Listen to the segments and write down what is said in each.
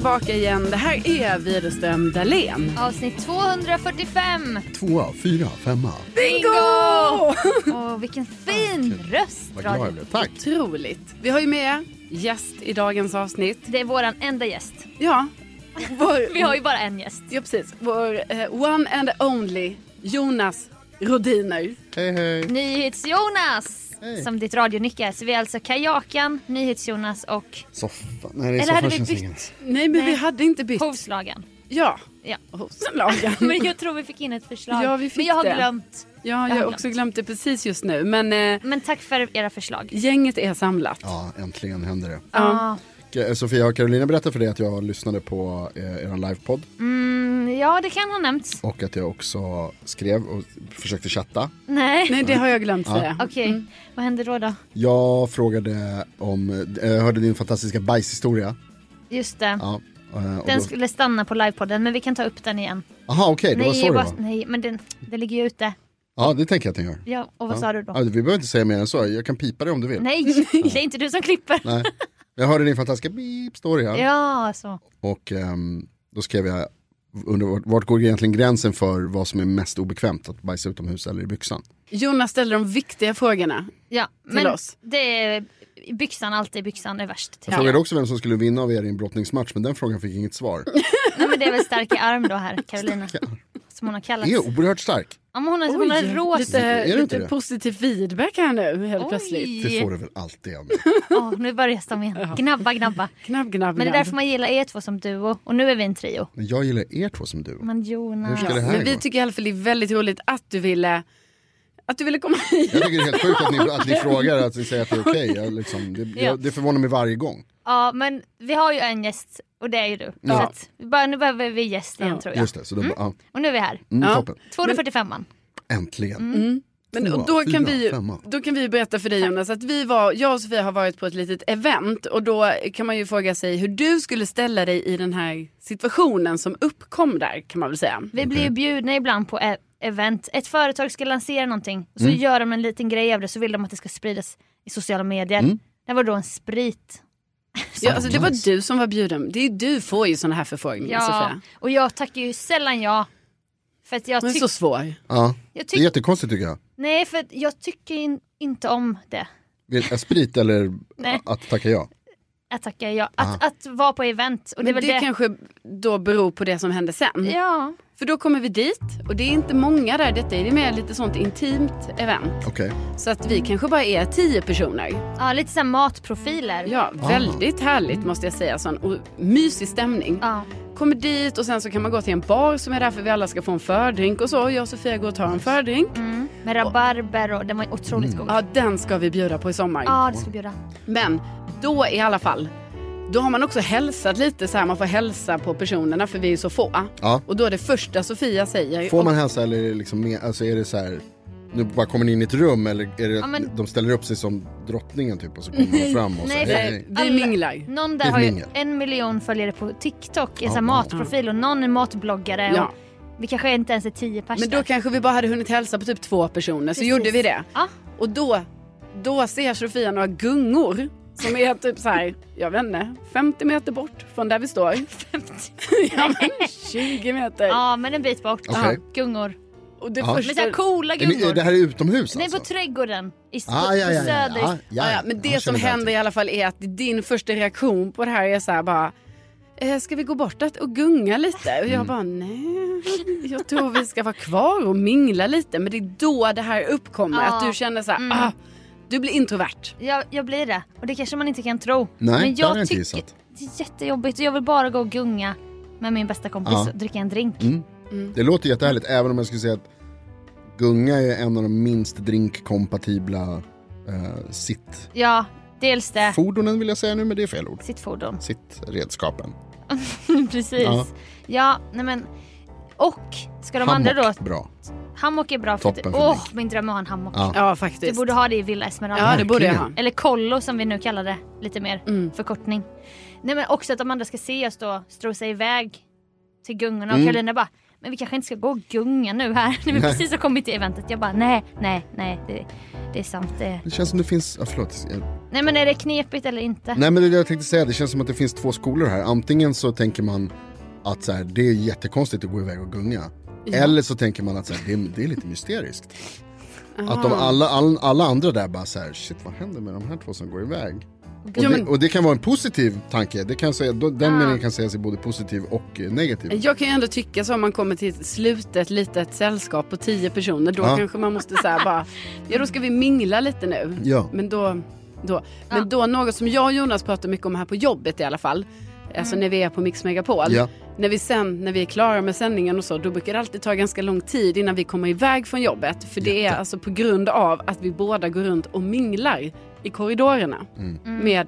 tillbaka igen. Det här är Widerström Dahlén. Avsnitt 245. 2, 4, 5. Bingo! Åh, vilken fin röst. Vad glad jag blev. Tack. Otroligt. Vi har ju med gäst i dagens avsnitt. Det är våran enda gäst. Ja. Vi har ju bara en gäst. Ja, precis. Vår one and only Jonas Rodiner. Hej, hej. NyhetsJonas. Hej. Som ditt radionycke är. Så vi är alltså Kajakan, NyhetsJonas och Soffan. Nej, det är eller hade soffan vi känns bytt? inget. Nej, men vi hade inte bytt. Hovslagen. Ja. Ja. Hovslagen. Men jag tror vi fick in ett förslag. Ja, vi fick men jag har det. glömt. Ja, jag har också glömt det precis just nu. Men Men tack för era förslag. gänget är samlat. Ja, äntligen händer det. Ja. Sofia och Carolina berättade för dig att jag lyssnade på er livepodd. Ja, det kan ha nämnts. Och att jag också skrev och försökte chatta. Nej. Det har jag glömt säga. Okej, vad hände då? Jag frågade om, jag hörde din fantastiska bajshistoria. Just det. Ja, och Den då, skulle stanna på livepodden, men vi kan ta upp den igen. aha, okej, det var så det var. Nej, men det ligger ju ute. Ja, det tänker jag att den gör. Ja, och vad sa du då? Ja, vi behöver inte säga mer än så, jag kan pipa det om du vill. Nej, det är inte du som klipper. Nej. Jag hörde din fantastiska beep-storia. Ja, så. Och då skrev jag under vart går egentligen gränsen för vad som är mest obekvämt, att bajsa utomhus eller i byxan. Jonas ställer de viktiga frågorna. Ja, till men oss. det är byxan, alltid byxan är värst. Jag frågade också vem som skulle vinna av er i en brottningsmatch, men den frågan fick inget svar. Nej, men det är väl stark i arm då här, Carolina. Som hon har kallats. Är oerhört stark. Ja, men hon är rosa. Är det inte Lite det? positiv feedback här nu, helt plötsligt. Det får du väl alltid av mig. Ja, nu börjar de igen. Gnabba. Knabb. Men det är därför man gillar er två som duo. Och nu är vi en trio. Men jag gillar er två som du. Men Jonas. Hur ska det här Men vi gå? tycker i alla fall det är väldigt roligt att du ville komma hit. Jag tycker det är helt sjukt att ni frågar, att ni säger att det är okej. Det förvånar mig varje gång. Ja, men vi har ju en gäst. Och det är ju du. Ja. Så att nu behöver vi gäst igen, tror jag. Just det, så då, ja. Och nu är vi här. Ja. Toppen. 245an. Äntligen. Men och då kan vi berätta för dig, Jonas, att jag och Sofia har varit på ett litet event, och då kan man ju fråga sig hur du skulle ställa dig i den här situationen som uppkom där, kan man väl säga. Vi blir ju bjudna ibland på event. Ett företag ska lansera någonting. Och så gör de en liten grej av det. Så vill de att det ska spridas i sociala medier. Det var då en sprit. Ja, alltså, det var du som var bjuden. Du får ju såna här förfrågningar, Sofia. Och jag tackar ju sällan ja. För att jag Men så svår. Ja, det är jättekonstigt tycker jag. Nej, för att jag tycker inte om det. Sprit eller Nej. att tacka ja? Att tacka ja. Att vara på event. Och Men det är väl kanske då beror på det som hände sen. Ja. För då kommer vi dit, och det är inte många där. Detta är mer lite sånt intimt event. Okej. Så att vi kanske bara är 10 personer. Ja, lite så här matprofiler. Ja, väldigt härligt måste jag säga. Sån, och mysig stämning. Ja. Kommer dit och sen så kan man gå till en bar som är där för vi alla ska få en fördrink och så. Jag och Sofia går och tar en fördrink. Med rabarber och den var otroligt god. Ja, den ska vi bjuda på i sommar. Ja, det ska vi bjuda. Men då i alla fall, då har man också hälsat lite så här. Man får hälsa på personerna för vi är så få. Ja. Och då är det första Sofia säger. Får man hälsa eller är det liksom alltså är det så här, nu bara kommer ni in i ett rum eller är det men- de ställer upp sig som drottningen typ och så kommer man fram och Nej, säger för- hej. Vi minglar. Någon Det där är har ju mingel. 1 miljon följare på TikTok. En sån här matprofil. Och någon är matbloggare. Ja. Och vi kanske inte ens är 10 personer. Men då kanske vi bara hade hunnit hälsa på typ 2 personer. Så Precis. gjorde vi det. Ja. Och då ser Sofia några gungor som är typ så här, jag vet inte, 50 meter bort från där vi står. 50. Ja, men 20 meter. Ja, men en bit bort. Okej. Ja, gungor. Och det Ja. Men första... så här coola Det gungor. här är utomhus Nej, alltså? på trädgården. I Ja. Ja, men det Jag som känner händer i alla fall är att din första reaktion på det här är så här bara, ska vi gå bort och gunga lite? Och jag bara, nej, jag tror vi ska vara kvar och mingla lite. Men det är då det här uppkommer, Ja. att du känner så här, du blir introvert. Jag blir det. Och det kanske man inte kan tro. Nej, men det hade jag jag inte tycker gissat. det är jättejobbigt. Och jag vill bara gå och gunga med min bästa kompis Ja. och dricka en drink. Det låter jättehärligt, även om jag skulle säga att gunga är en av de minst drinkkompatibla Dels det. fordonen vill jag säga nu, men det är fel ord. Sitt fordon. Sittredskapen. Precis. Ja. Ja, nej men. Och ska de andra då... Hammock, bra. Hammock är bra. För Toppen för drink. min dröm är att ha en hammock. Ja. Ja, Du faktiskt. borde ha det i Villa Esmeralda. Ja, det borde jag ha. Eller kollo som vi nu kallar det. Lite mer förkortning. Nej, men också att de andra ska se oss då strosa iväg till gungorna. Och Carolina bara, men vi kanske inte ska gå och gunga nu här. När vi precis har kommit till eventet. Jag bara, nej, det är sant. Det känns som det finns, förlåt, Nej, men är det knepigt eller inte? Nej, men det jag tänkte säga, det känns som att det finns två skolor här. Antingen så tänker man att så här, det är jättekonstigt att gå iväg och gunga. Ja. Eller så tänker man att så här, det är lite mysteriskt. Att de alla andra där bara så här, shit, vad händer med de här två som går iväg? Och det kan vara en positiv tanke. Det kan säga, den meningen kan sägas i både positiv och negativ. Jag kan ju ändå tycka så om man kommer till slutet litet sällskap på 10 personer. Då kanske man måste säga bara, då ska vi mingla lite nu. Ja. Men då något som jag och Jonas pratar mycket om här på jobbet i alla fall. Alltså när vi är på Mix Megapol. Ja. När vi är klara med sändningen och så, då brukar det alltid ta ganska lång tid innan vi kommer iväg från jobbet. För det är alltså på grund av att vi båda går runt och minglar i korridorerna med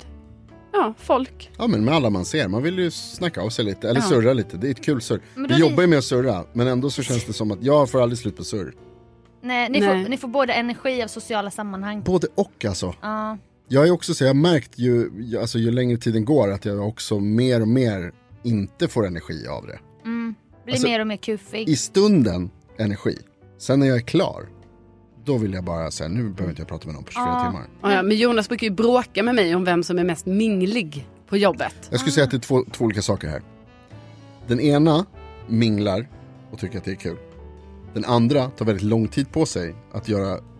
folk. Ja, men med alla man ser. Man vill ju snacka av sig lite, eller surra lite. Det är ett kul surr. Vi jobbar ju med att surra, men ändå så känns det som att jag får aldrig slut på surr. Nej, ni får både energi av sociala sammanhang. Både och alltså. Ja. Jag är också så, jag har märkt ju längre tiden går att jag också mer och mer inte får energi av det. Blir mer och mer kuffig. I stunden energi. Sen när jag är klar, då vill jag bara säga, nu behöver inte jag prata med någon på 24 timmar. Ja, men Jonas brukar ju bråka med mig om vem som är mest minglig på jobbet. Jag skulle säga att det är två olika saker här. Den ena minglar och tycker att det är kul. Den andra tar väldigt lång tid på sig att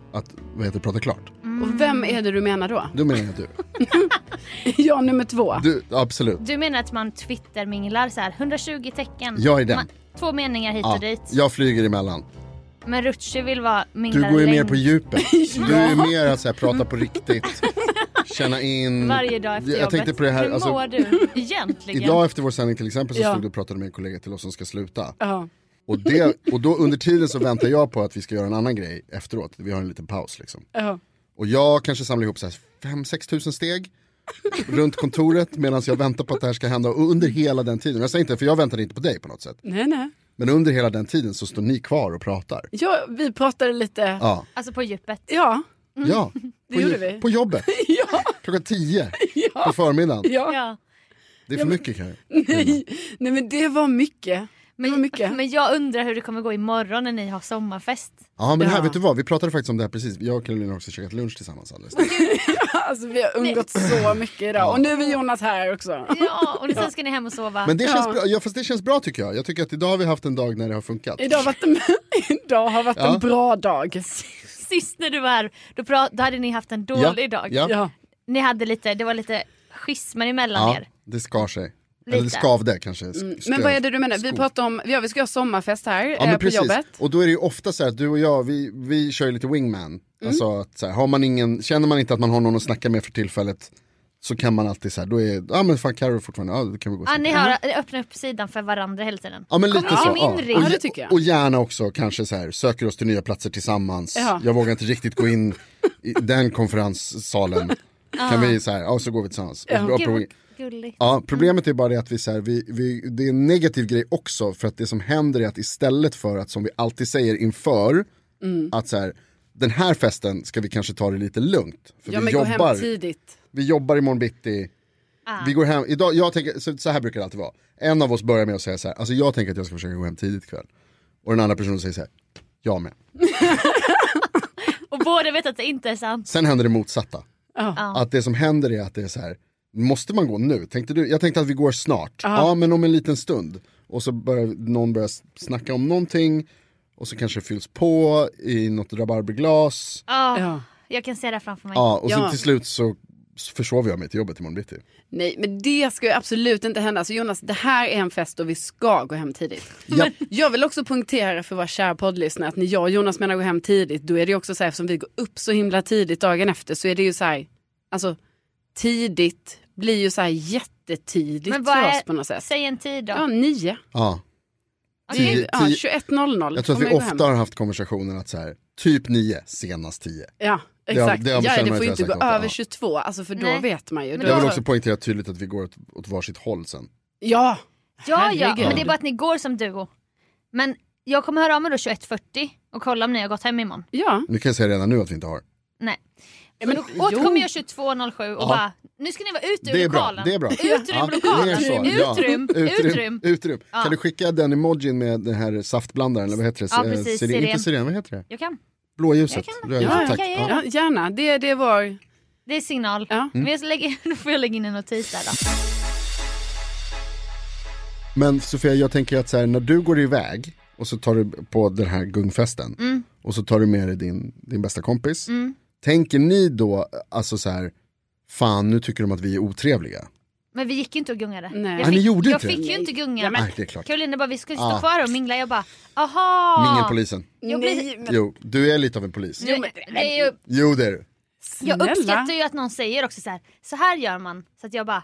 prata klart. Och vem är det du menar då? Då menar jag du. Jag nummer 2. Du, absolut. Du menar att man twitterminglar så här 120 tecken. Jag är den. 2 meningar hit och dit. Jag flyger emellan. Men Rutschy vill vara minglare. Du går ju mer på djupet. Du är mer att så här, prata på riktigt. Känna in. Varje dag efter jag jobbet. Tänkte på det här, hur mår du egentligen? Idag efter vår sändning till exempel så stod du och pratade med en kollega till oss som ska sluta. Ja. Och då under tiden så väntar jag på att vi ska göra en annan grej efteråt. Vi har en liten paus liksom. Och jag kanske samlar ihop så här 5-6 tusen steg runt kontoret medan jag väntar på att det här ska hända. Och under hela den tiden, jag säger inte, för jag väntade inte på dig på något sätt. Nej. Men under hela den tiden så står ni kvar och pratar. Ja, vi pratade lite. Ja. Alltså på djupet. Ja. Ja, det gjorde vi. På jobbet. Klockan 10 på förmiddagen. Ja. Det är för mycket kanske. Nej, men det var mycket. Men jag undrar hur det kommer gå imorgon när ni har sommarfest. Ja, men här, vet du vad? Vi pratade faktiskt om det här precis. Jag och Carolina har också käkat lunch tillsammans alldeles. Alltså vi har umgått så mycket idag. Och nu är Jonas här också. Ja, och sen ska ni hem och sova. Men det känns bra. Ja, fast det känns bra tycker jag. Jag tycker att idag har vi haft en dag när det har funkat. Idag har varit en bra dag. Sist när du var här, då hade ni haft en dålig dag. Ja. Ni hade det var lite schismer emellan er. Det skar sig. Eller det skavde kanske. Men vad är det du menar? Vi pratar om, vi ska ha sommarfest här på jobbet. Och då är det ju ofta så här att du och jag, vi kör ju lite wingman. Alltså att så här, känner man inte att man har någon att snacka med för tillfället, så kan man alltid så här, då är men fan Carro fortfarande, då kan vi gå. Ni har öppnat upp sidan för varandra hela tiden. Ja, men lite så. Det tycker jag. Och gärna också kanske så här, söker oss till nya platser tillsammans. Jag vågar inte riktigt gå in i den konferenssalen. Kan vi så här, så går vi tillsammans. Ja, problemet är bara det att det är en negativ grej också, för att det som händer är att istället för att, som vi alltid säger inför, att så här, den här festen ska vi kanske ta det lite lugnt. För vi jobbar, gå hem tidigt. Vi jobbar imorgon bitti. Vi går hem, idag, jag tänker, så här brukar det alltid vara. En av oss börjar med att säga så här, alltså jag tänker att jag ska försöka gå hem tidigt ikväll. Och den andra personen säger så här, jag med. Och båda vet att det inte är sant. Sen händer det motsatta. Att det som händer är att det är så här, måste man gå nu? Jag tänkte att vi går snart. Ja, men om en liten stund. Och så börjar någon snacka om någonting. Och så kanske det fylls på i något rabarberglas. Jag kan se det framför mig. Ja, och så till slut så försover jag mig till jobbet imorgon bitti. Nej, men det ska ju absolut inte hända. Så Jonas, det här är en fest och vi ska gå hem tidigt. Men jag vill också punktera för våra kära poddlyssnare att när jag och Jonas menar gå hem tidigt, då är det också så här, eftersom vi går upp så himla tidigt dagen efter, så är det ju så här, alltså tidigt blir ju så här jättetidigt för oss på något sätt. Säg en tid då. 9. Ja. 21.00. Jag tror att vi ofta har haft konversationer att så här, typ 9, senast 10. Ja, exakt. Det får ju inte gå över 22, ja. alltså för då vet man ju. Jag vill också poängtera tydligt att vi går åt varsitt håll sen. Ja, men det är bara att ni går som duo. Men jag kommer höra av mig då 21.40 och kolla om ni har gått hem imorgon. Ja. Nu kan jag säga redan nu att vi inte har. Nej. Men då återkommer jag 22.07 och bara, nu ska ni vara ute ur lokalen. Det är bra. Utrym. Ja. Kan du skicka den emojin med den här saftblandaren, eller vad heter det? Ja, precis. Inte siren, vad heter det? Jag kan. Blåljuset. Ja, gärna. Det är Det är signal. Ja. Då får jag lägga in en notis där då. Men Sofia, jag tänker att så här, när du går iväg och så tar du på den här gungfesten och så tar du med dig din bästa kompis. Tänker ni då alltså så här, fan nu tycker de att vi är otrevliga? Men vi gick ju inte och gungade. Jag fick ju inte gunga. Nej, det är klart. Carolina bara, vi skulle stå kvar och mingla. Jag bara, aha. Mingelpolisen. Jo, du är lite av en polis. Jo, det är du. Jag uppskattar ju att någon säger också så här gör man. Så att jag bara,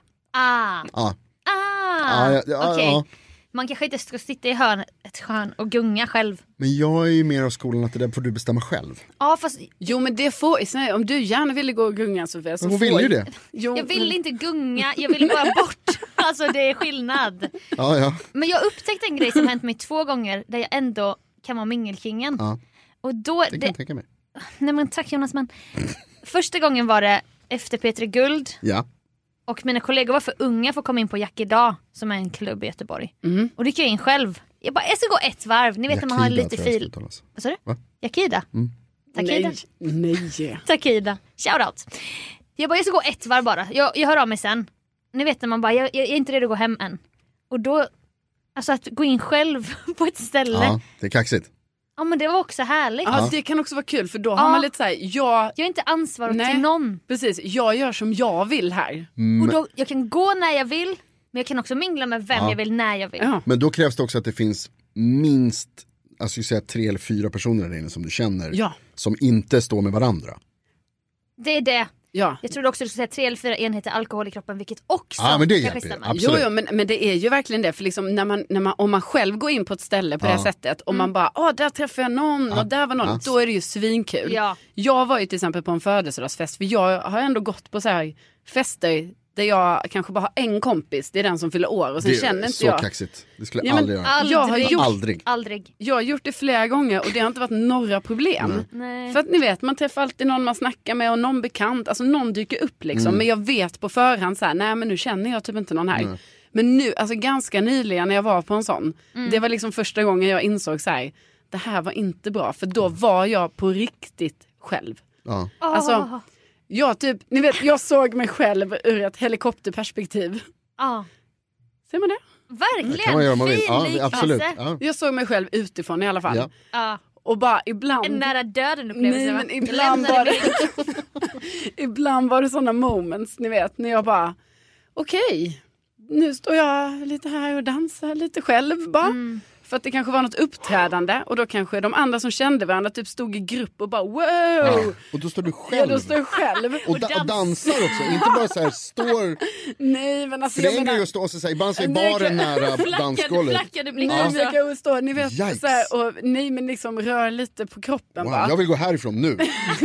okej. Man kanske inte ska sitta i ett hörn och gunga själv. Men jag är ju mer av skolan att det där får du bestämma själv. Ja, fast... Jo, men det får... Om du gärna ville gå och gunga, Sofia, så hon vill ju det. Jo, jag vill inte gunga, jag vill bara bort. Alltså, det är skillnad. Ja. Men jag upptäckte en grej som hänt mig 2 gånger där jag ändå kan vara mingelkingen. Ja. Och då... Det kan jag tänka mig. Nej, men tack Jonas, men... Första gången var det efter Peter Guld. Ja. Och mina kollegor var för unga för att komma in på Jack idag, som är en klubb i Göteborg. Och det gick jag in själv. Jag ska gå ett varv. Ni vet när man har lite fil. Vad sa du? Va? Yakida. Takida. Nej. Takida. Shoutout. Jag ska gå ett varv bara. Jag hör av mig sen. Ni vet när man bara, jag är inte redo att gå hem än. Och då, alltså att gå in själv på ett ställe. Ja, det är kaxigt. Ja, men det var också härligt. Ja, det kan också vara kul, för då har man lite så här, jag är inte ansvarig till någon. Precis, jag gör som jag vill här. Och då, jag kan gå när jag vill, men jag kan också mingla med vem jag vill när jag vill. Ja. Men då krävs det också att det finns minst, alltså jag säga 3 eller 4 personer där inne som du känner, som inte står med varandra. Det är det. Ja. Jag trodde också att du skulle säga 3 eller 4 enheter alkohol i kroppen, vilket också men det hjälper ju. Absolut. Jo, men det är ju verkligen det. För liksom om man själv går in på ett ställe på det här sättet och man bara, där träffar jag någon och där var någon, då är det ju svinkul. Ja. Jag var ju till exempel på en födelsedagsfest, för jag har ändå gått på så här fester där jag kanske bara har en kompis, det är den som fyller år, och sen det känner inte så jag. Kaxigt. Det skulle jag aldrig göra. Aldrig. Jag har gjort det flera gånger och det har inte varit några problem. Nej. För att ni vet, man träffar alltid någon man snackar med och någon bekant, alltså någon dyker upp liksom, men jag vet på förhand så här, nej men nu känner jag typ inte någon här. Men nu, alltså ganska nyligen när jag var på en sån, det var liksom första gången jag insåg så här, det här var inte bra, för då var jag på riktigt själv. Ja. Alltså ni vet, jag såg mig själv ur ett helikopterperspektiv. Ja. Ser man det? Verkligen. Kan man göra man vill. Ja, absolut. Ja. Jag såg mig själv utifrån i alla fall. Ja. Och bara ibland... En nära döden upplevelse. Nej, men ibland var det sådana moments, ni vet, när jag bara, okej, nu står jag lite här och dansar lite själv bara. För att det kanske var något uppträdande, och då kanske de andra som kände varandra typ stod i grupp och bara wow. Ja. Och då står du själv. Ja, då står jag själv. Och dansar också, inte bara så här står. Nej, men alltså för det är ju att stå och så säga, ibland så är baren nära dansgolvet. Ni vet så här, och nej, men liksom rör lite på kroppen. Wow, jag vill gå härifrån nu.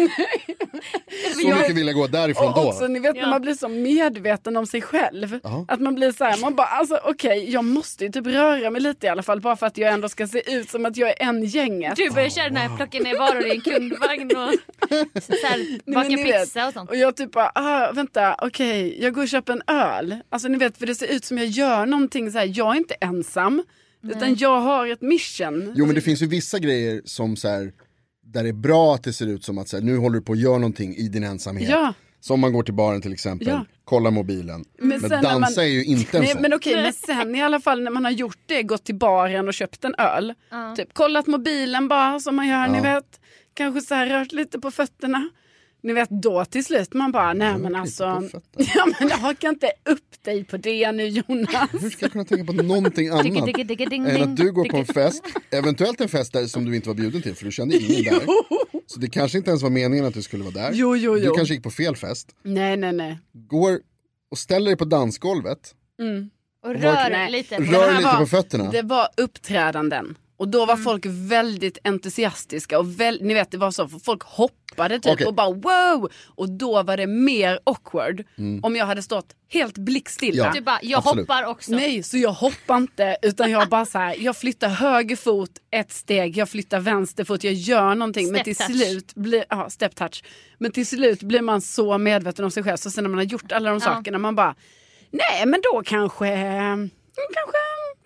Så mycket vill jag gå därifrån då. Också, ni vet när man blir så medveten om sig själv. Att man blir så här, man bara, alltså okej, jag måste ju typ röra mig lite i alla fall, bara för att jag ändå ska se ut som att jag är en gänget. Du börjar köra när jag plockar ner varor i en kundvagn och så här, baka pizza och sånt. Och jag typ bara, vänta, okej, jag går och köper en öl. Alltså ni vet, för det ser ut som jag gör någonting så här, jag är inte ensam. Utan jag har ett mission. Jo, men det finns ju vissa grejer som så här, där det är bra att det ser ut som att så här, nu håller du på att göra någonting i din ensamhet. Ja. Som man går till baren till exempel, kollar mobilen. Men dansa är ju inte en sån. Men okej, men sen i alla fall när man har gjort det, gått till baren och köpt en öl. Typ kollat mobilen bara som man gör, ni vet. Kanske så här rört lite på fötterna. Ni vet, då till slut man bara, nej men alltså, ja men jag hakar inte upp dig på det nu, Jonas. Hur ska jag kunna tänka på någonting annat än att du går på en fest, eventuellt en fest där som du inte var bjuden till, för du kände ingen där. Så det kanske inte ens var meningen att du skulle vara där. Jo. Du kanske gick på fel fest. Nej. Går och ställer dig på dansgolvet. Och rör lite på fötterna. Det var uppträdanden. Och då var folk väldigt entusiastiska och ni vet, det var så, folk hoppade typ och bara wow, och då var det mer awkward om jag hade stått helt blickstilla. Ja, du bara, jag hoppar också. Nej, så jag hoppar inte, utan jag bara så här, jag flyttar höger fot ett steg, jag flyttar vänster fot, jag gör någonting, step men till touch. slut blir step touch. Men till slut blir man så medveten om sig själv, så sen när man har gjort alla de sakerna, man bara, nej men då kanske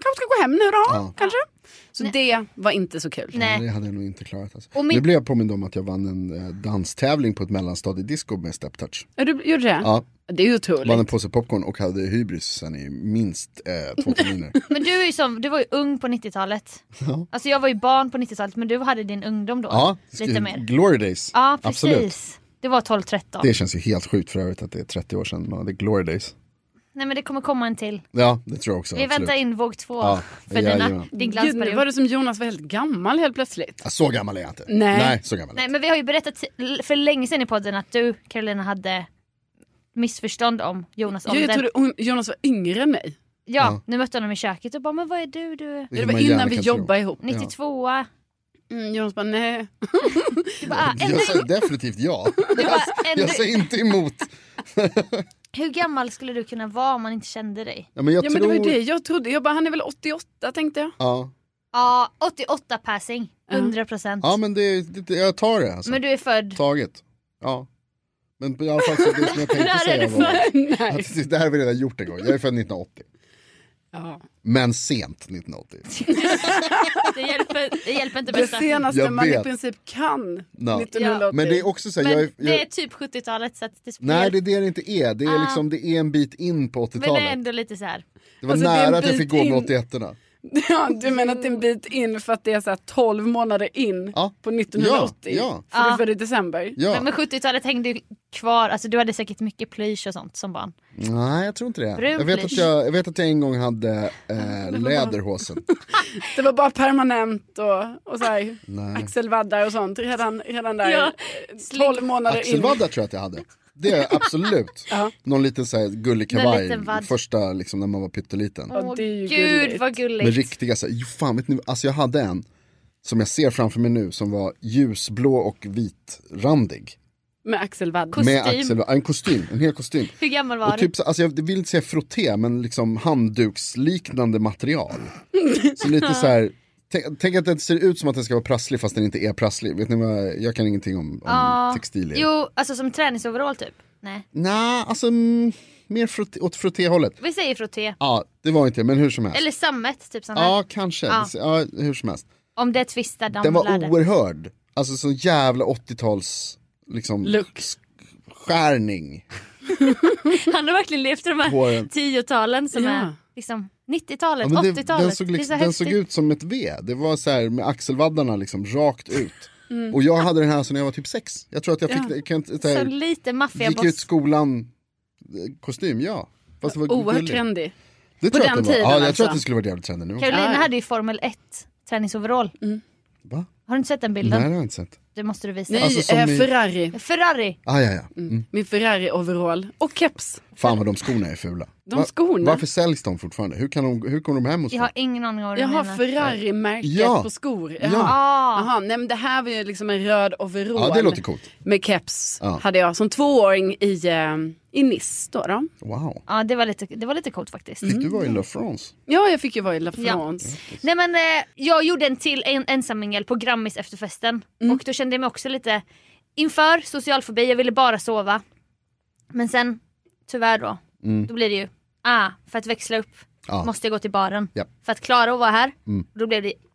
kanske ska gå hem nu då, kanske. Så det var inte så kul. Nej, det hade jag nog inte klarat. Alltså. Nu blev jag påmind om att jag vann en danstävling på ett mellanstadiedisco med Step Touch. Du gjorde det? Ja. Det är ju otroligt. Vann en påse popcorn och hade hybris sen i minst 2 terminer. Men du var ju ung på 90-talet. Ja. Alltså jag var ju barn på 90-talet, men du hade din ungdom då. Ja, lite mer. Glory Days. Ja, precis. Absolut. Det var 12-13. Det känns ju helt sjukt för övrigt att det är 30 år sedan man hade Glory Days. Nej, men det kommer komma en till. Ja, det tror jag också. Vi väntar in våg 2 för din glansperiod. Gud, var det som Jonas var helt gammal helt plötsligt? Ja, så gammal är jag inte. Nej, så gammal. Nej, men vi har ju berättat för länge sedan i podden att du, Carolina, hade missförstånd om Jonas ålder. Jag trodde Jonas var yngre än mig. Ja, nu mötte honom i köket och bara, men vad är du? Det var innan vi jobbade ihop. 92. Jonas bara, nej. Jag säger definitivt ja. Jag säger inte emot. Hur gammal skulle du kunna vara om man inte kände dig? Ja, men det var ju det jag trodde. Jag bara, han är väl 88 tänkte jag. Ja, 88 passing. 100%. Ja, men jag tar det alltså. Men du är född? Taget. Ja. Men i alla fall så det som jag tänkte säga var att det här har vi redan gjort en gång. Jag är född 1980. Ja. Men sent 1980. det hjälper inte bästa. Det senaste man i princip kan 1980. Men det är också så här, det är typ 70-talet så att nej, det är det inte är. Det är liksom det är en bit in på 80-talet. Men det är ändå lite så här. Det var nära att jag fick gå med 81-erna. Ja, du menar att det är en bit in för att det är så här 12 månader in på 1980? Ja. För du födde i december? Ja. Men 70-talet hängde ju kvar, alltså du hade säkert mycket plysch och sånt som barn. Nej, jag tror inte det. Jag vet att jag en gång hade läderhosen. Det var bara permanent och så här, axelvaddar och sånt redan där 12 månader in. Axelvaddar tror jag att jag hade. Det är absolut. Någon liten så här gullig kavaj första liksom när man var pytteliten. Det är ju gud vad gulligt. Med riktiga så här, fan vet ni, alltså jag hade en som jag ser framför mig nu som var ljusblå och vitrandig. Med axelvadd. En kostym, en hel kostym. Hur gammal var och typ, alltså jag vill inte säga frotté, men liksom handduksliknande material. Så lite så här. Tänk att det ser ut som att den ska vara prasslig fast den inte är prasslig. Vet ni vad, jag kan ingenting om textilier. Jo, alltså som träningsoverall typ. Nej, alltså mer åt frotté-hållet. Vi säger frotté. Ja, det var inte, men hur som helst. Eller sammet, typ sån här. Ja, kanske. Ja, hur som helst. Om det är twistad den var oerhörd. Alltså så jävla 80-tals liksom lux. Skärning. Han har verkligen levt i de här 10-talen som är liksom 90-talet, 80-talet. Den såg ut som ett V. Det var så här med axelvaddarna liksom rakt ut. Och jag hade den här så när jag var typ 6. Jag tror att jag fick så lite maffiaboss. Gick ut skolan kostym, fast det var oerhört trendig. Det tror jag den tiden. Ja, jag tror att det skulle vara jävligt trendig nu. Carolina hade ju Formel 1 träningsoverall. Va? Har du inte sett den bilden? Nej, det har jag inte sett. Det måste du visa. Nej, alltså, Ferrari. Ja. Min Ferrari overall. Och keps. Fan vad de skorna är fula. Varför säljs de fortfarande? Hur kommer de hem hos Jag har ingen aning om vad jag har Ferrari-märket på skor. Jaha, nej men det här var ju liksom en röd overall. Ja, det låter coolt. Med keps hade jag som 2-åring i Nice då. Wow. Ja, det var lite coolt faktiskt. Fick du vara i La France? Ja, jag fick ju vara i La France. Ja. Nej men jag gjorde en till ensammingel på Grammis efter festen. Och då kände jag mig också lite inför social fobi. Jag ville bara sova. Men sen, tyvärr då blir det ju för att växla upp måste jag gå till baren. För att klara att vara här. Då blev det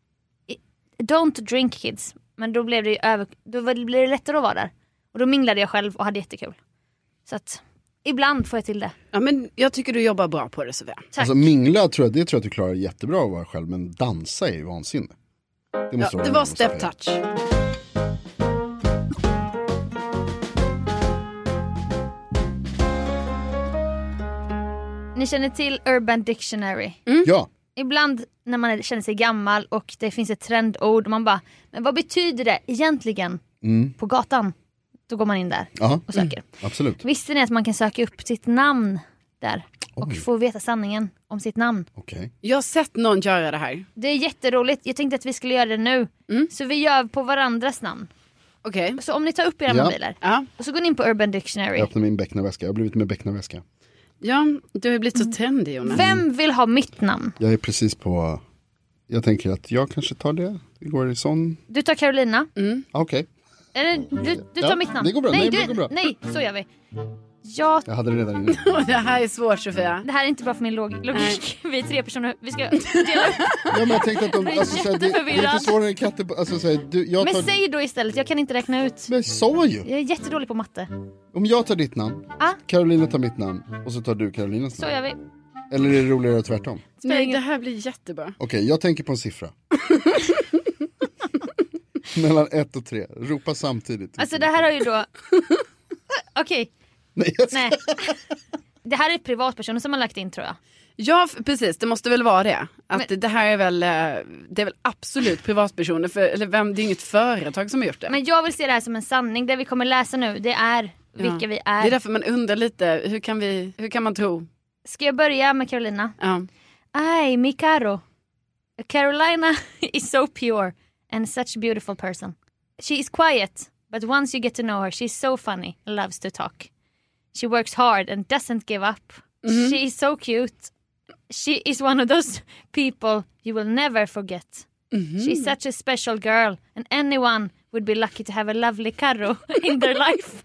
don't drink kids. Men då blev det då blev det lättare att vara där. Och då minglade jag själv och hade jättekul. Så att ibland får jag till det. Ja, men jag tycker du jobbar bra på det, Sofia. Tack. Alltså mingla tror jag att du klarar jättebra att vara själv. Men dansa är ju vansinne. Det var Step Touch. Ni känner till Urban Dictionary? Ja. Ibland när man känner sig gammal och det finns ett trendord och man bara, men vad betyder det egentligen på gatan? Då går man in där och söker. Absolut. Visste ni att man kan söka upp sitt namn där och få veta sanningen om sitt namn? Okay. Jag har sett någon göra det här. Det är jätteroligt. Jag tänkte att vi skulle göra det nu. Så vi gör på varandras namn. Okej. Så om ni tar upp era mobiler och så går ni in på Urban Dictionary. Jag öppnar min becknarväska. Jag har blivit med becknarväska. Ja, du har blivit så trendig, Jonas. Vem vill ha mitt namn? Jag är precis på... Jag tänker att jag kanske tar det. Det går i sån... Du tar Carolina. Okej. Eller du tar mitt namn. Det går bra. Nej, det går bra. Nej, så gör vi. Jag hade det redan innan. Det här är svårt, Sofia. Det här är inte bra för min logik. Vi är 3 personer. Vi ska dela upp. Ja, men jag tänkte att det är inte svårare än katter. Alltså, men säg då istället, jag kan inte räkna ut. Men jag sa ju. Jag är jättedålig på matte. Om jag tar ditt namn, Carolina tar mitt namn och så tar du Carolinas namn. Så gör vi. Eller är det roligare tvärtom? Nej, det här blir jättebra. Okej, jag tänker på en siffra. Mellan 1 och 3. Ropa samtidigt. Alltså det här har ju då... Okej. Nej. Det här är privatpersoner som har lagt in, tror jag. Ja, precis. Det måste väl vara det. Att det här är väl absolut privatpersoner. Det är inget företag som har gjort det. Men jag vill se det här som en sanning. Det vi kommer läsa nu, det är vilka vi är. Det är därför man undrar lite, hur kan man tro? Ska jag börja med Carolina? Ja. Ay, mi caro. Carolina is so pure and such a beautiful person. She is quiet, but once you get to know her, she's so funny and loves to talk. She works hard and doesn't give up. Mm-hmm. She is so cute. She is one of those people you will never forget. Mm-hmm. She's such a special girl and anyone would be lucky to have a lovely Caro in their life.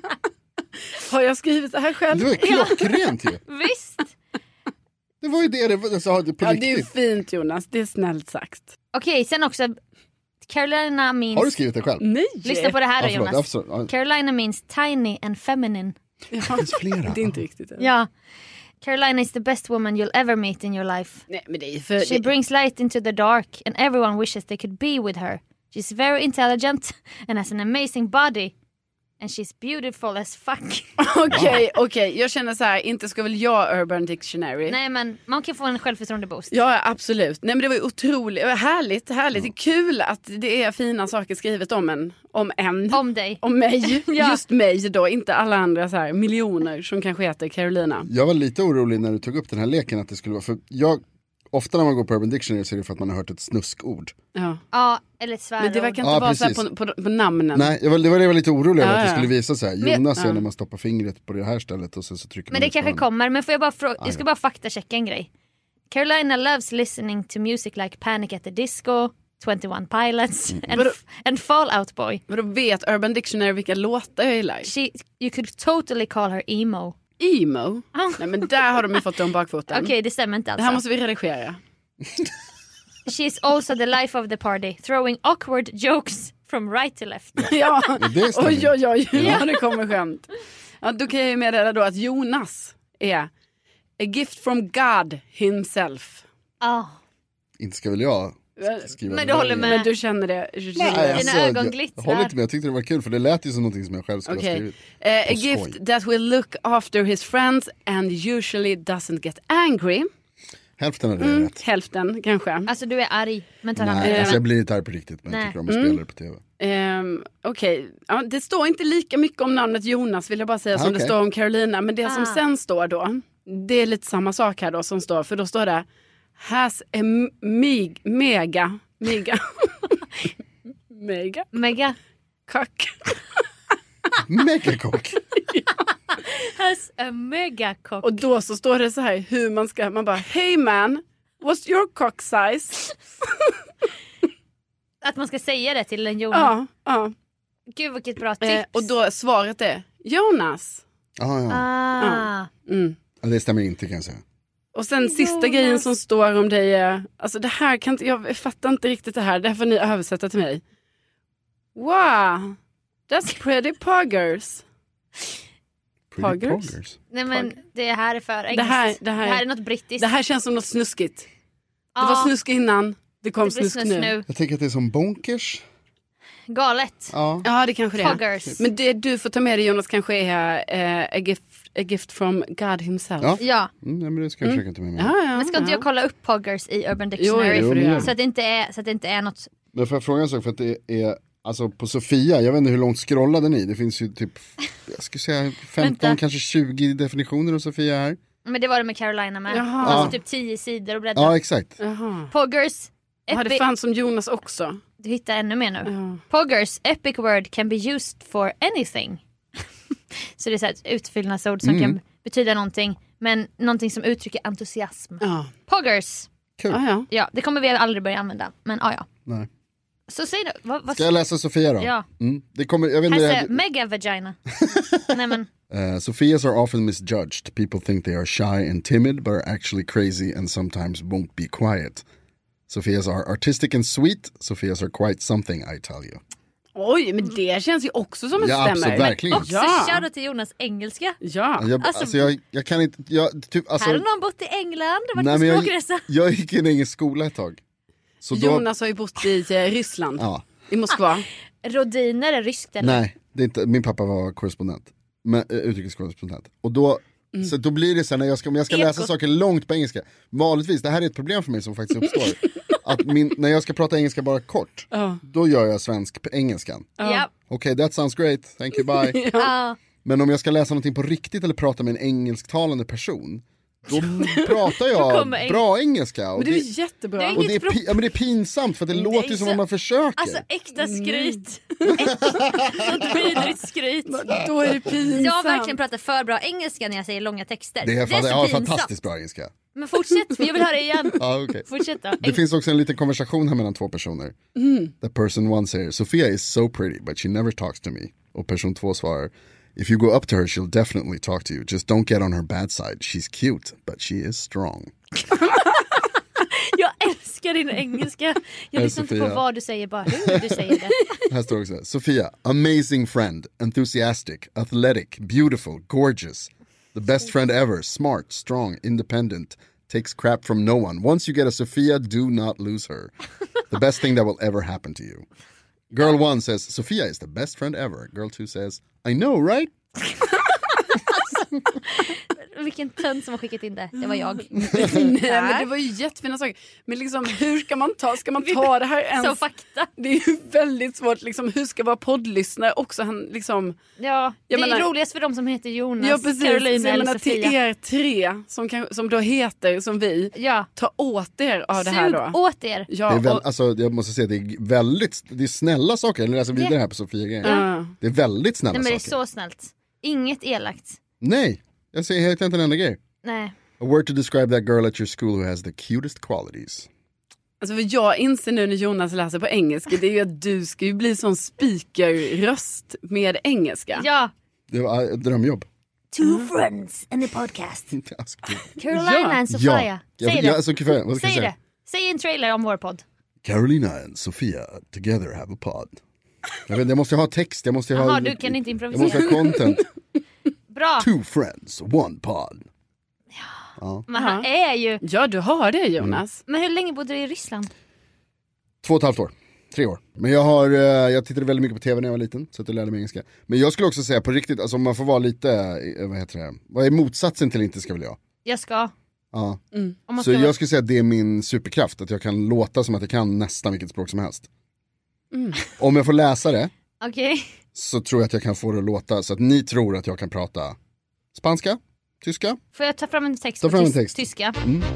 Har jag skrivit det här själv? Det var klockrent ju. Visst. Det var ju det sa på riktigt. Det är fint, Jonas, det är snällt sagt. Okej, sen också Carolina means... Har du skrivit det själv? Nej. Lyssna på det här då, Jonas. Absolut. Carolina means tiny and feminine. Ja, det finns flera. Det är inte riktigt. Ja. Carolina is the best woman you'll ever meet in your life. Nej, men det är för... She brings light into the dark and everyone wishes they could be with her. She's very intelligent and has an amazing body. And she's beautiful as fuck. Okej. Jag känner så här, inte ska väl jag Urban Dictionary. Nej, men man kan få en självförtroende boost. Ja, absolut. Nej, men det var ju otroligt. Härligt. Det är kul att det är fina saker skrivet om en. Om dig. Om mig. Ja. Just mig då. Inte alla andra så här miljoner som kanske heter Carolina. Jag var lite orolig när du tog upp den här leken att det skulle vara. För ofta när man går på Urban Dictionary så är det för att man har hört ett snuskord. Ja, eller ett svärord. Men det verkar inte vara så här på namnen. Nej, det var det jag var lite orolig över att det skulle visa så här. Jonas är när man stoppar fingret på det här stället och så trycker man. Men det kanske kommer, men får jag bara jag ska bara faktachecka en grej. Carolina loves listening to music like Panic at the Disco, 21 Pilots and Fall Out Boy. Men då vet Urban Dictionary vilka låtar jag gillar. You could totally call her emo. Emo? Nej, men där har de ju fått dem bakfoten. Okej, det stämmer inte alltså. Det här måste vi redigera. She is also the life of the party, throwing awkward jokes from right to left. Ja, oj, det kommer skämt. Ja, då kan jag ju meddela då att Jonas är a gift from God himself. Inte ska väl jag skriva. Men du håller med. Men du känner det. Dina ögon glittrar. Jag håller inte med, jag tyckte det var kul för det lät ju som någonting som jag själv skulle ha skrivit. A gift that will look after his friends and usually doesn't get angry. Hälften av det är rätt. Hälften kanske. Alltså du är arg. Men nej, alltså jag blir inte arg på riktigt. Men jag tycker om att spela det på tv. Okej. Ja, det står inte lika mycket om namnet Jonas, vill jag bara säga, som det står om Carolina. Men det som sen står då, det är lite samma sak här då som står. För då står det has a mega cock. Megacock. Has a megacock. Och då så står det så här hur man bara hey man, what's your cock size? Att man ska säga det till en Jonas. Ja. Gud vilket bra tips. Och då svaret är Jonas. Ja, det stämmer inte kan jag säga. Och sen sista grejen som står om dig är, alltså det här kan inte, jag fattar inte riktigt det här, det får ni översätta till mig. Wow, that's pretty poggers. Poggers? Nej men det här är för engelskt. Det här är något brittiskt. Det här känns som något snuskigt. Det var snusk innan, det kom snusk nu. Jag tänker att det är som bonkers. Galet. Ja, det kanske det är. Poggers. Men det du får ta med dig Jonas kanske är a gift from God himself. Ja. Men det ska jag försöka ta med mig. Men ska inte jag kolla upp poggers i Urban Dictionary så att det inte är något. Men får jag fråga en sak, för att det är alltså på Sofia, jag vet inte hur långt scrollade ni. Det finns ju typ, jag skulle säga 15, kanske 20 definitioner av Sofia här. Men det var det med Carolina med. Alltså typ 10 sidor och bredda. Ja, exakt. Poggers. Det fanns som Jonas också. Du hittar ännu mer nu. Poggers, epic word can be used for anything. Så det är så här ett utfyllnadsord som kan betyda någonting, men någonting som uttrycker entusiasm. Poggers. Kul. Ja, det kommer vi aldrig börja använda, men ja. Nej. Så säg då. Ska jag läsa Sofia då? Ja. Det kommer, jag vet inte, här mega vagina. Nej, men. Sophias are often misjudged. People think they are shy and timid but are actually crazy and sometimes won't be quiet. Sophias are artistic and sweet. Sophias are quite something, I tell you. Oj, men det känns ju också som en stämmer. Absolut, verkligen. Också shoutout till Jonas engelska. Ja. Jag kan inte... Här har någon bott i England. Varit på språkresa. Jag gick i en engelsk skola ett tag. Så Jonas har ju bott i Ryssland. I Moskva. Rodiner är ryskt eller? Nej, det är inte, min pappa var korrespondent. Utrikeskorrespondent. Och då blir det så här, om jag ska läsa saker långt på engelska. Vanligtvis, det här är ett problem för mig som faktiskt uppstår. Att när jag ska prata engelska bara kort, då gör jag svensk på engelskan. Okej, that sounds great, thank you, bye. Men om jag ska läsa någonting på riktigt eller prata med en engelsktalande person, då pratar jag bra engelska. Och men det är jättebra. Det är pinsamt för att det låter ju som om man försöker. Alltså äkta skryt. Sånt vidrigt skryt. Då är det pinsamt. Jag har verkligen pratat för bra engelska när jag säger långa texter. Jag har fantastiskt bra engelska. Men fortsätt, för jag vill höra det igen. Okay. Fortsätt då. Det finns också en liten konversation här mellan två personer. The person one säger, Sofia is so pretty but she never talks to me. Och person 2 svarar, if you go up to her she'll definitely talk to you. Just don't get on her bad side. She's cute but she is strong. Jag älskar din engelska. Jag lyssnar inte på vad du säger, bara hur du säger det. Här står också, Sofia, amazing friend, enthusiastic, athletic, beautiful, gorgeous. The best friend ever, smart, strong, independent, takes crap from no one. Once you get a Sofia, do not lose her. The best thing that will ever happen to you. Girl 1 says, Sofia is the best friend ever. Girl 2 says, I know, right? Vilken tönt som har skickat in det. Det var jag. Nej, men det var ju jättefina saker. Men liksom, hur ska man ta det här ens? Så fakta. Det är ju väldigt svårt. Liksom, hur ska vara poddlyssnare också? Han liksom... Ja, det är roligast för de som heter Jonas, ja, precis. Carolina eller Sofia. Till er 3 som då heter som vi. Ja. Ta åt er av det här då. Åt er. Ja, det är alltså, jag måste säga, det är snälla saker. Jag läser vidare här på Sofia. Det är väldigt snälla saker. Nej, men det är så snällt. Inget elakt. Nej. Jag säger helt inte en enda grej. Nej. A word to describe that girl at your school who has the cutest qualities. Alltså för jag inser nu när Jonas läser på engelska, det är ju att du ska ju bli sån speakerröst med engelska. Ja. Det var ett drömjobb. Two friends in the podcast. Carolina and Sofia. Säg det. Säg det. Säg en trailer om vår podd. Carolina and Sofia together have a pod. Jag måste ha text, jag måste ha... du kan inte improvisera. Jag måste ha content. Bra. 2 friends, 1 pod. Ja. Men han är ju... Ja, du har det, Jonas. Men hur länge bodde du i Ryssland? 2,5 år. 3 år. Men jag tittade väldigt mycket på tv när jag var liten, så att jag lärde mig engelska. Men jag skulle också säga på riktigt, alltså om man får vara lite, vad är motsatsen till inte ska väl jag? Jag ska. Ja. Så jag skulle säga att det är min superkraft, att jag kan låta som att jag kan nästan vilket språk som helst. Om jag får läsa det, så tror jag att jag kan få det att låta så att ni tror att jag kan prata spanska, tyska. Får jag ta fram en text på tyska?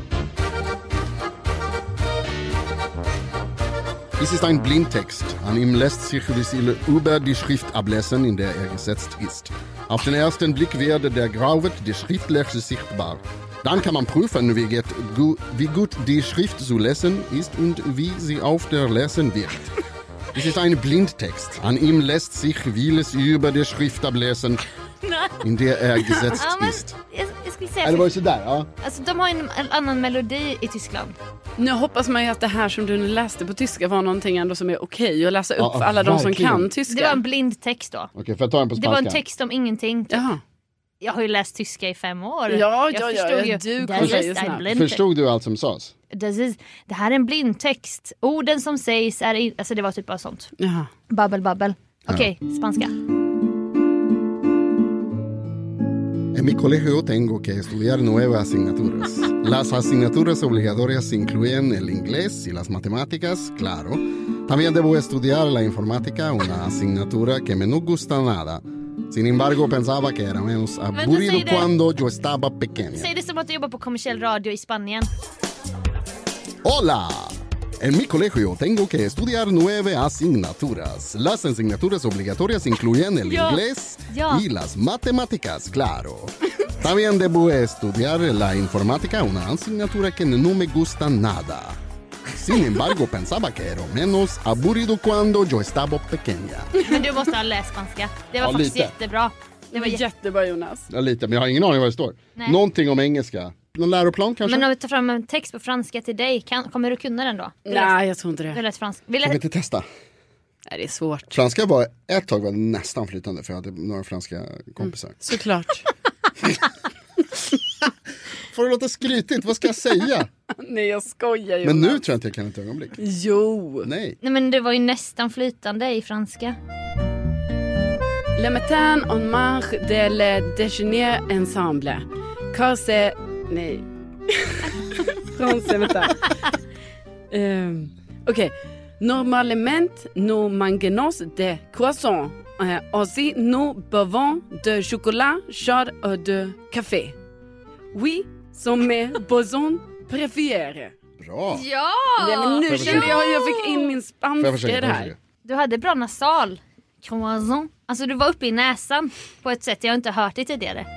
Dies ist ein Blindtext. An ihm lässt sich über die Schrift ablesen, in der gesetzt ist. Auf den ersten Blick werde der Grauwert die Schriftlöcher sichtbar. Dann kann man prüfen, wie gut die Schrift zu lesen ist und wie sie auf der Lesen wird. Dies ist ein Blindtext. An ihm lässt sich vieles über die Schrift ablesen, in der gesetzt ist. Eller var det sådär? Ja. Alltså, de har en annan melodi i Tyskland. Nu hoppas man ju att det här som du läste på tyska var någonting ändå som är okej att läsa upp för alla de som kan tyska. Det var en blind text då. Okej, för jag tar den på spanska. Det var en text om ingenting. Typ. Jaha. Jag har ju läst tyska i 5 år. Ja, förstod du allt som sades? Det här är en blindtext. Orden som sägs är... Alltså det var typ bara sånt. Jaha. Babbel. Okej, spanska. En mi colegio tengo que estudiar 9 asignaturas. Las asignaturas obligatorias incluyen el inglés y las matemáticas, claro. También debo estudiar la informática, una asignatura que me no gusta nada. Sin embargo, pensaba que era menos aburrido cuando yo estaba pequeña. Säg det som att du jobbar på kommersiell radio i Spanien. Hola! En mi colegio tengo que estudiar 9 asignaturas. Las asignaturas obligatorias incluyen el inglés y las matemáticas, claro. También debo estudiar la informática, una asignatura que no me gusta nada. Sin embargo pensaba que era menos aburrido cuando yo estaba pequeña. Men du måste ha läst spanska. Det var faktiskt lite. jättebra. Det var jättebra, Jonas. Ja, lite, men jag har ingen aning vad det står. Nej. Någonting om engelska. Någon läroplan kanske? Men om vi tar fram en text på franska till dig, kommer du kunna den då? Nej, jag tror inte Du det. läst franska. Kan vi inte testa? Nej, det är svårt. Franska var ett tag nästan flytande för jag hade några franska kompisar. Såklart. Får det låta skrytigt? Vad ska jag säga? Nej, jag skojar, Jonas. Men nu tror jag inte jag kan ett ögonblick. Jo. Nej. Nej, men det var ju nästan flytande i franska. Le matin on mange de le déjeuner ensemble. Car c'est... Nej. Français, vänta. Okej. Normalement, nous mangeons des croissants. Aussi, nous buvons de chocolat chaud et de café. Oui, som mes besoins préférés. Bra. Ja! Nej, men nu kände jag fick in min spanska i det här. Du hade bra nasal. Croissant. Alltså du var uppe i näsan på ett sätt jag inte hört det tidigare.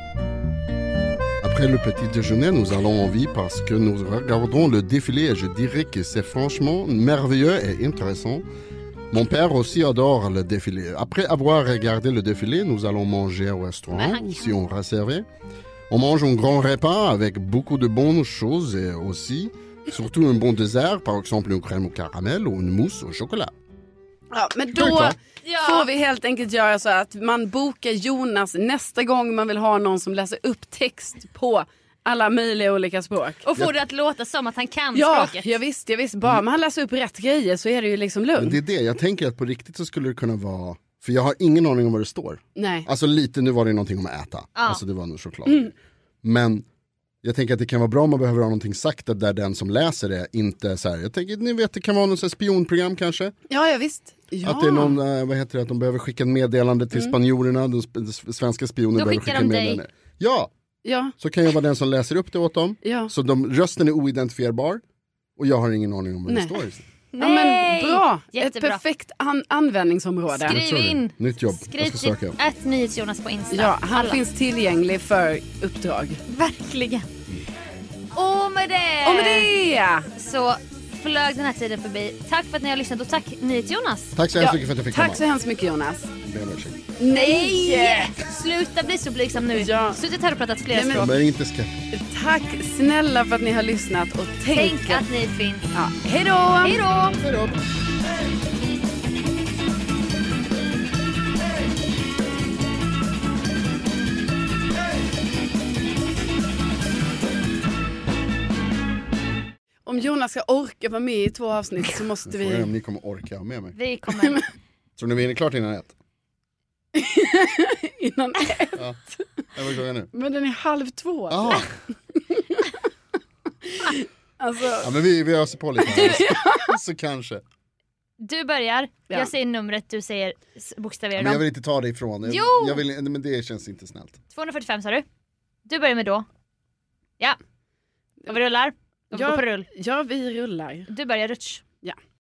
Après le petit déjeuner, nous allons en vie parce que nous regardons le défilé et je dirais que c'est franchement merveilleux et intéressant. Mon père aussi adore le défilé. Après avoir regardé le défilé, nous allons manger au restaurant, si on réserve. On mange un grand repas avec beaucoup de bonnes choses et aussi, surtout un bon dessert, par exemple une crème au caramel ou une mousse au chocolat. Ja, men då får vi helt enkelt göra så att man bokar Jonas nästa gång man vill ha någon som läser upp text på alla möjliga olika språk. Och får det att låta som att han kan språket. Ja, jag visst. Bara man läser upp rätt grejer så är det ju liksom lugnt. Men det är det, jag tänker att på riktigt så skulle det kunna vara, för jag har ingen aning om vad det står. Nej. Alltså lite, nu var det någonting om att äta. Alltså det var nog choklad. Men jag tänker att det kan vara bra om man behöver ha någonting sagt där den som läser det inte så här. Jag tänker, ni vet, det kan vara något spionprogram kanske. Ja, visst. Ja. Att det är någon, vad heter det, att de behöver skicka ett meddelande till spanjorerna, de svenska spioner behöver skicka ett meddelande. Ja, så kan jag vara den som läser upp det åt dem. Ja. Så rösten är oidentifierbar och jag har ingen aning om vad det står. Ja, men bra. Jättebra. Ett perfekt användningsområde. Skriv in. Nytt jobb. Skriv till @nyhetsjonas på Insta. Ja, han finns tillgänglig för uppdrag. Verkligen. Och med det så flög den här tiden förbi. Tack för att ni har lyssnat och tack Nyhetsjonas. Tack så hemskt mycket för att jag fick komma. Tack så hemskt mycket, Jonas. Nej! Sluta bli så blygsam nu. Ja. Suttit här och pratat flera språk. Men inte Tack snälla för att ni har lyssnat och tänk att ni finns. Ja. Hej då! Hej då! Om Jonas ska orka vara med i 2 avsnitt så måste vi... Om ni kommer orka med mig. Vi kommer. Så ni vinner klart innan 1? Innan 1? Ja. Jag var klockan nu. Men den är 1:30. Alltså... Ja, men vi öser på lite. Så kanske. Du börjar, jag säger numret, du säger bokstaverar. Men jag vill inte ta det ifrån. Jag vill, men det känns inte snällt. 245 sa du. Du börjar med då. Ja. Och vi rullar. Ja, vi rullar. Du börjar Rutsch. Ja.